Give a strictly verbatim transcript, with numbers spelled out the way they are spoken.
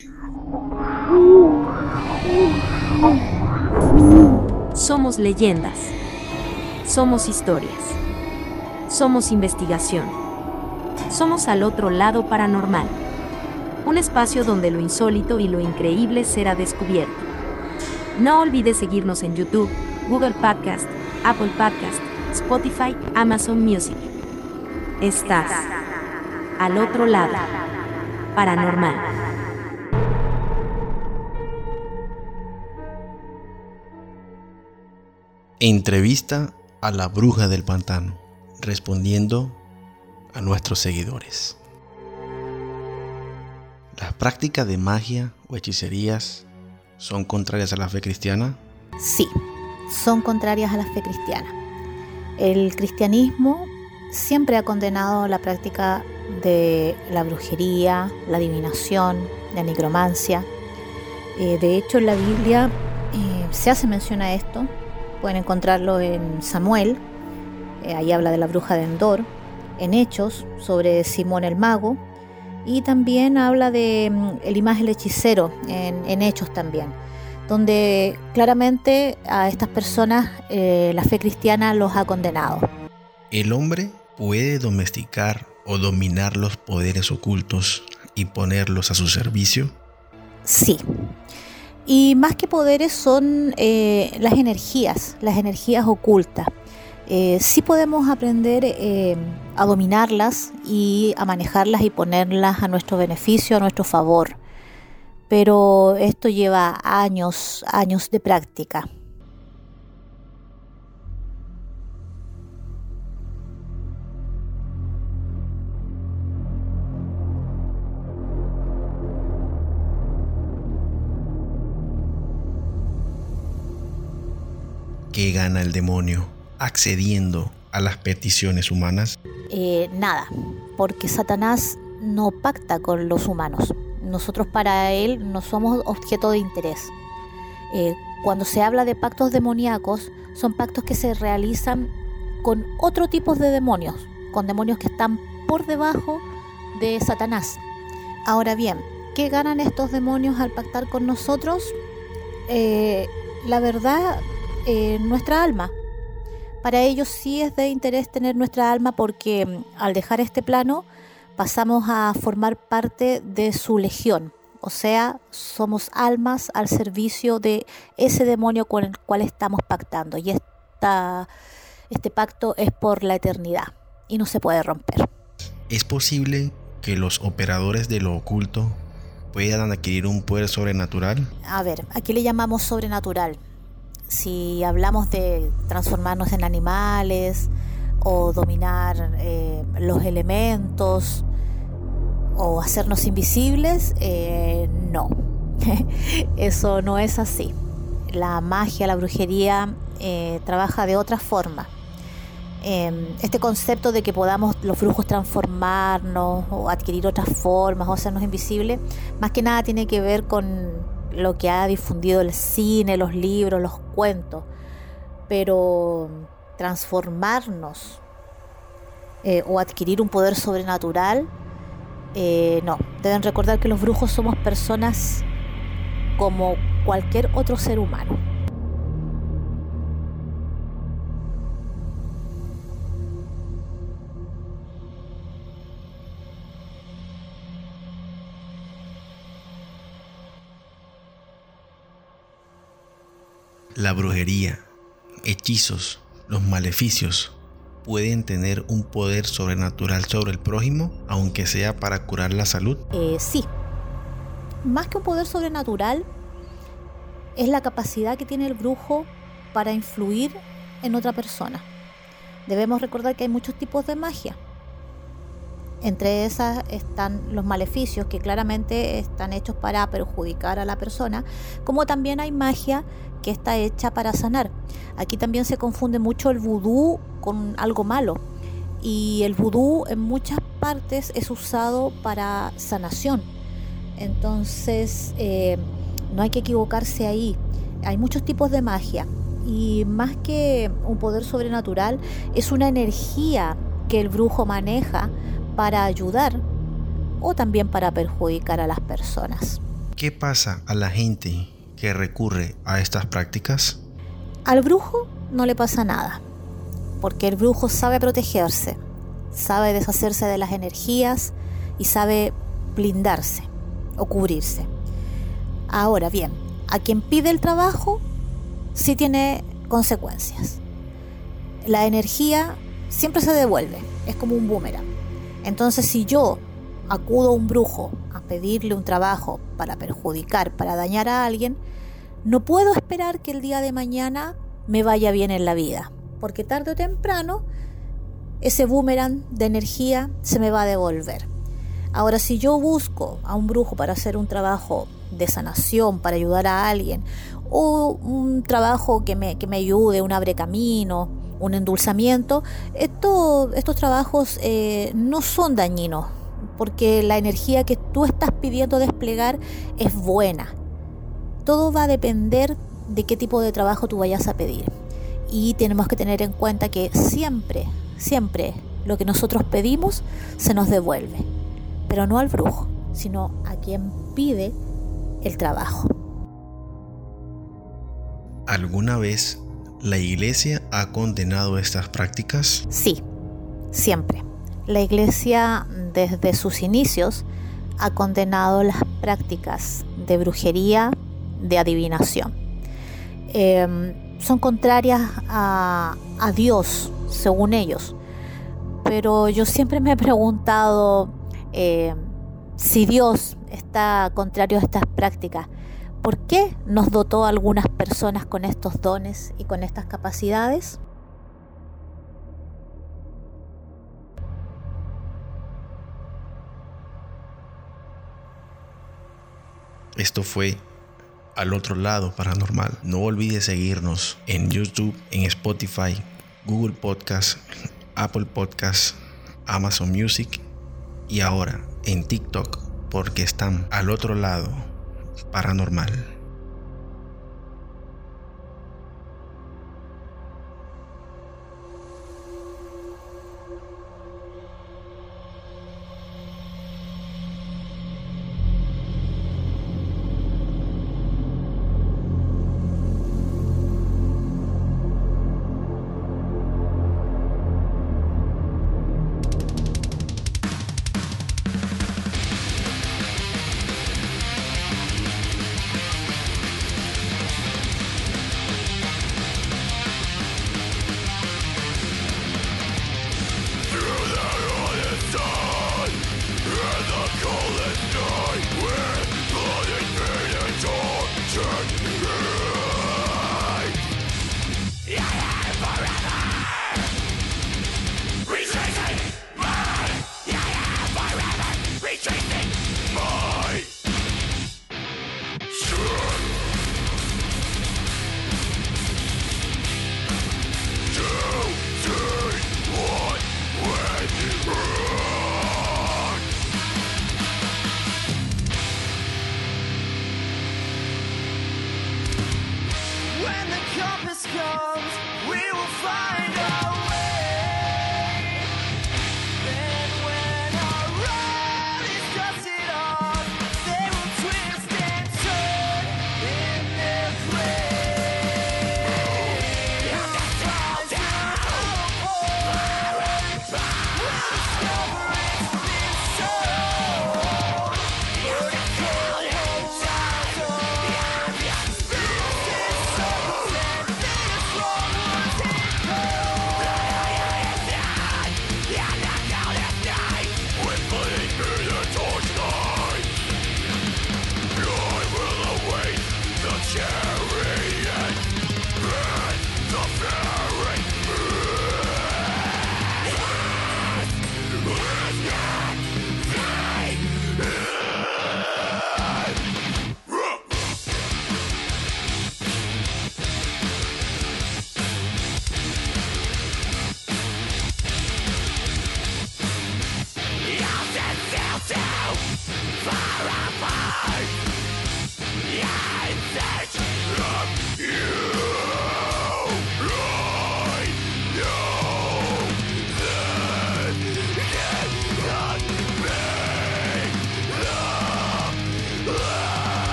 Somos leyendas. Somos historias. Somos investigación. Somos Al Otro Lado Paranormal. Un espacio donde lo insólito y lo increíble será descubierto. No olvides seguirnos en YouTube, Google Podcast, Apple Podcast, Spotify, Amazon Music. Estás al otro lado paranormal. Entrevista a la bruja del pantano, respondiendo a nuestros seguidores. ¿Las prácticas de magia o hechicerías son contrarias a la fe cristiana? Sí, son contrarias a la fe cristiana. El cristianismo siempre ha condenado la práctica de la brujería, la adivinación, la nigromancia. Eh, de hecho, en la Biblia eh, se hace mención a esto. Pueden encontrarlo en Samuel, eh, ahí habla de la bruja de Endor, en Hechos, sobre Simón el mago, y también habla de um, Elías el hechicero, en, en Hechos también, donde claramente a estas personas eh, la fe cristiana los ha condenado. ¿El hombre puede domesticar o dominar los poderes ocultos y ponerlos a su servicio? Sí. Y más que poderes son eh, las energías, las energías ocultas. Eh, sí podemos aprender eh, a dominarlas y a manejarlas y ponerlas a nuestro beneficio, a nuestro favor. Pero esto lleva años, años de práctica. ¿Qué gana el demonio accediendo a las peticiones humanas? Eh, nada, porque Satanás no pacta con los humanos. Nosotros para él no somos objeto de interés. Eh, cuando se habla de pactos demoníacos, son pactos que se realizan con otro tipo de demonios, con demonios que están por debajo de Satanás. Ahora bien, ¿qué ganan estos demonios al pactar con nosotros? Eh, la verdad... Eh, nuestra alma. Para ellos sí es de interés tener nuestra alma porque mm, al dejar este plano pasamos a formar parte de su legión, o sea, somos almas al servicio de ese demonio con el cual estamos pactando, y esta, este pacto es por la eternidad y no se puede romper. ¿Es posible que los operadores de lo oculto puedan adquirir un poder sobrenatural? A ver, ¿a qué le llamamos sobrenatural? Si hablamos de transformarnos en animales o dominar eh, los elementos o hacernos invisibles, eh, no, eso no es así. La magia, la brujería eh, trabaja de otra forma. Eh, este concepto de que podamos los brujos transformarnos o adquirir otras formas o hacernos invisibles, más que nada tiene que ver con lo que ha difundido el cine, los libros, los cuentos, pero transformarnos eh, o adquirir un poder sobrenatural, eh, no. Deben recordar que los brujos somos personas como cualquier otro ser humano. La brujería, hechizos, los maleficios pueden tener un poder sobrenatural sobre el prójimo, aunque sea para curar la salud. Eh, sí, más que un poder sobrenatural, es la capacidad que tiene el brujo para influir en otra persona. Debemos recordar que hay muchos tipos de magia. Entre esas están los maleficios, que claramente están hechos para perjudicar a la persona, como también hay magia que está hecha para sanar. Aquí también se confunde mucho el vudú con algo malo, y el vudú en muchas partes es usado para sanación. Entonces eh, no hay que equivocarse ahí. Hay muchos tipos de magia, y más que un poder sobrenatural, es una energía que el brujo maneja para ayudar o también para perjudicar a las personas. ¿Qué pasa a la gente que recurre a estas prácticas? Al brujo no le pasa nada, porque el brujo sabe protegerse, sabe deshacerse de las energías y sabe blindarse o cubrirse. Ahora bien, a quien pide el trabajo sí tiene consecuencias. La energía siempre se devuelve, es como un boomerang. Entonces, si yo acudo a un brujo a pedirle un trabajo para perjudicar, para dañar a alguien, no puedo esperar que el día de mañana me vaya bien en la vida, porque tarde o temprano ese boomerang de energía se me va a devolver. Ahora, si yo busco a un brujo para hacer un trabajo de sanación, para ayudar a alguien, o un trabajo que me, que me ayude, un abre camino, un endulzamiento, esto, estos trabajos eh, no son dañinos, porque la energía que tú estás pidiendo desplegar es buena. Todo va a depender de qué tipo de trabajo tú vayas a pedir. Y tenemos que tener en cuenta que siempre, siempre lo que nosotros pedimos se nos devuelve. Pero no al brujo, sino a quien pide el trabajo. ¿Alguna vez la Iglesia ha condenado estas prácticas? Sí, siempre. La Iglesia, desde sus inicios, ha condenado las prácticas de brujería, de adivinación. Eh, son contrarias a, a Dios, según ellos. Pero yo siempre me he preguntado eh, si Dios está contrario a estas prácticas, ¿por qué nos dotó a algunas personas con estos dones y con estas capacidades? Esto fue Al Otro Lado Paranormal. No olvides seguirnos en YouTube, en Spotify, Google Podcast, Apple Podcast, Amazon Music y ahora en TikTok, porque están al otro lado paranormal. When the compass comes, we will find out.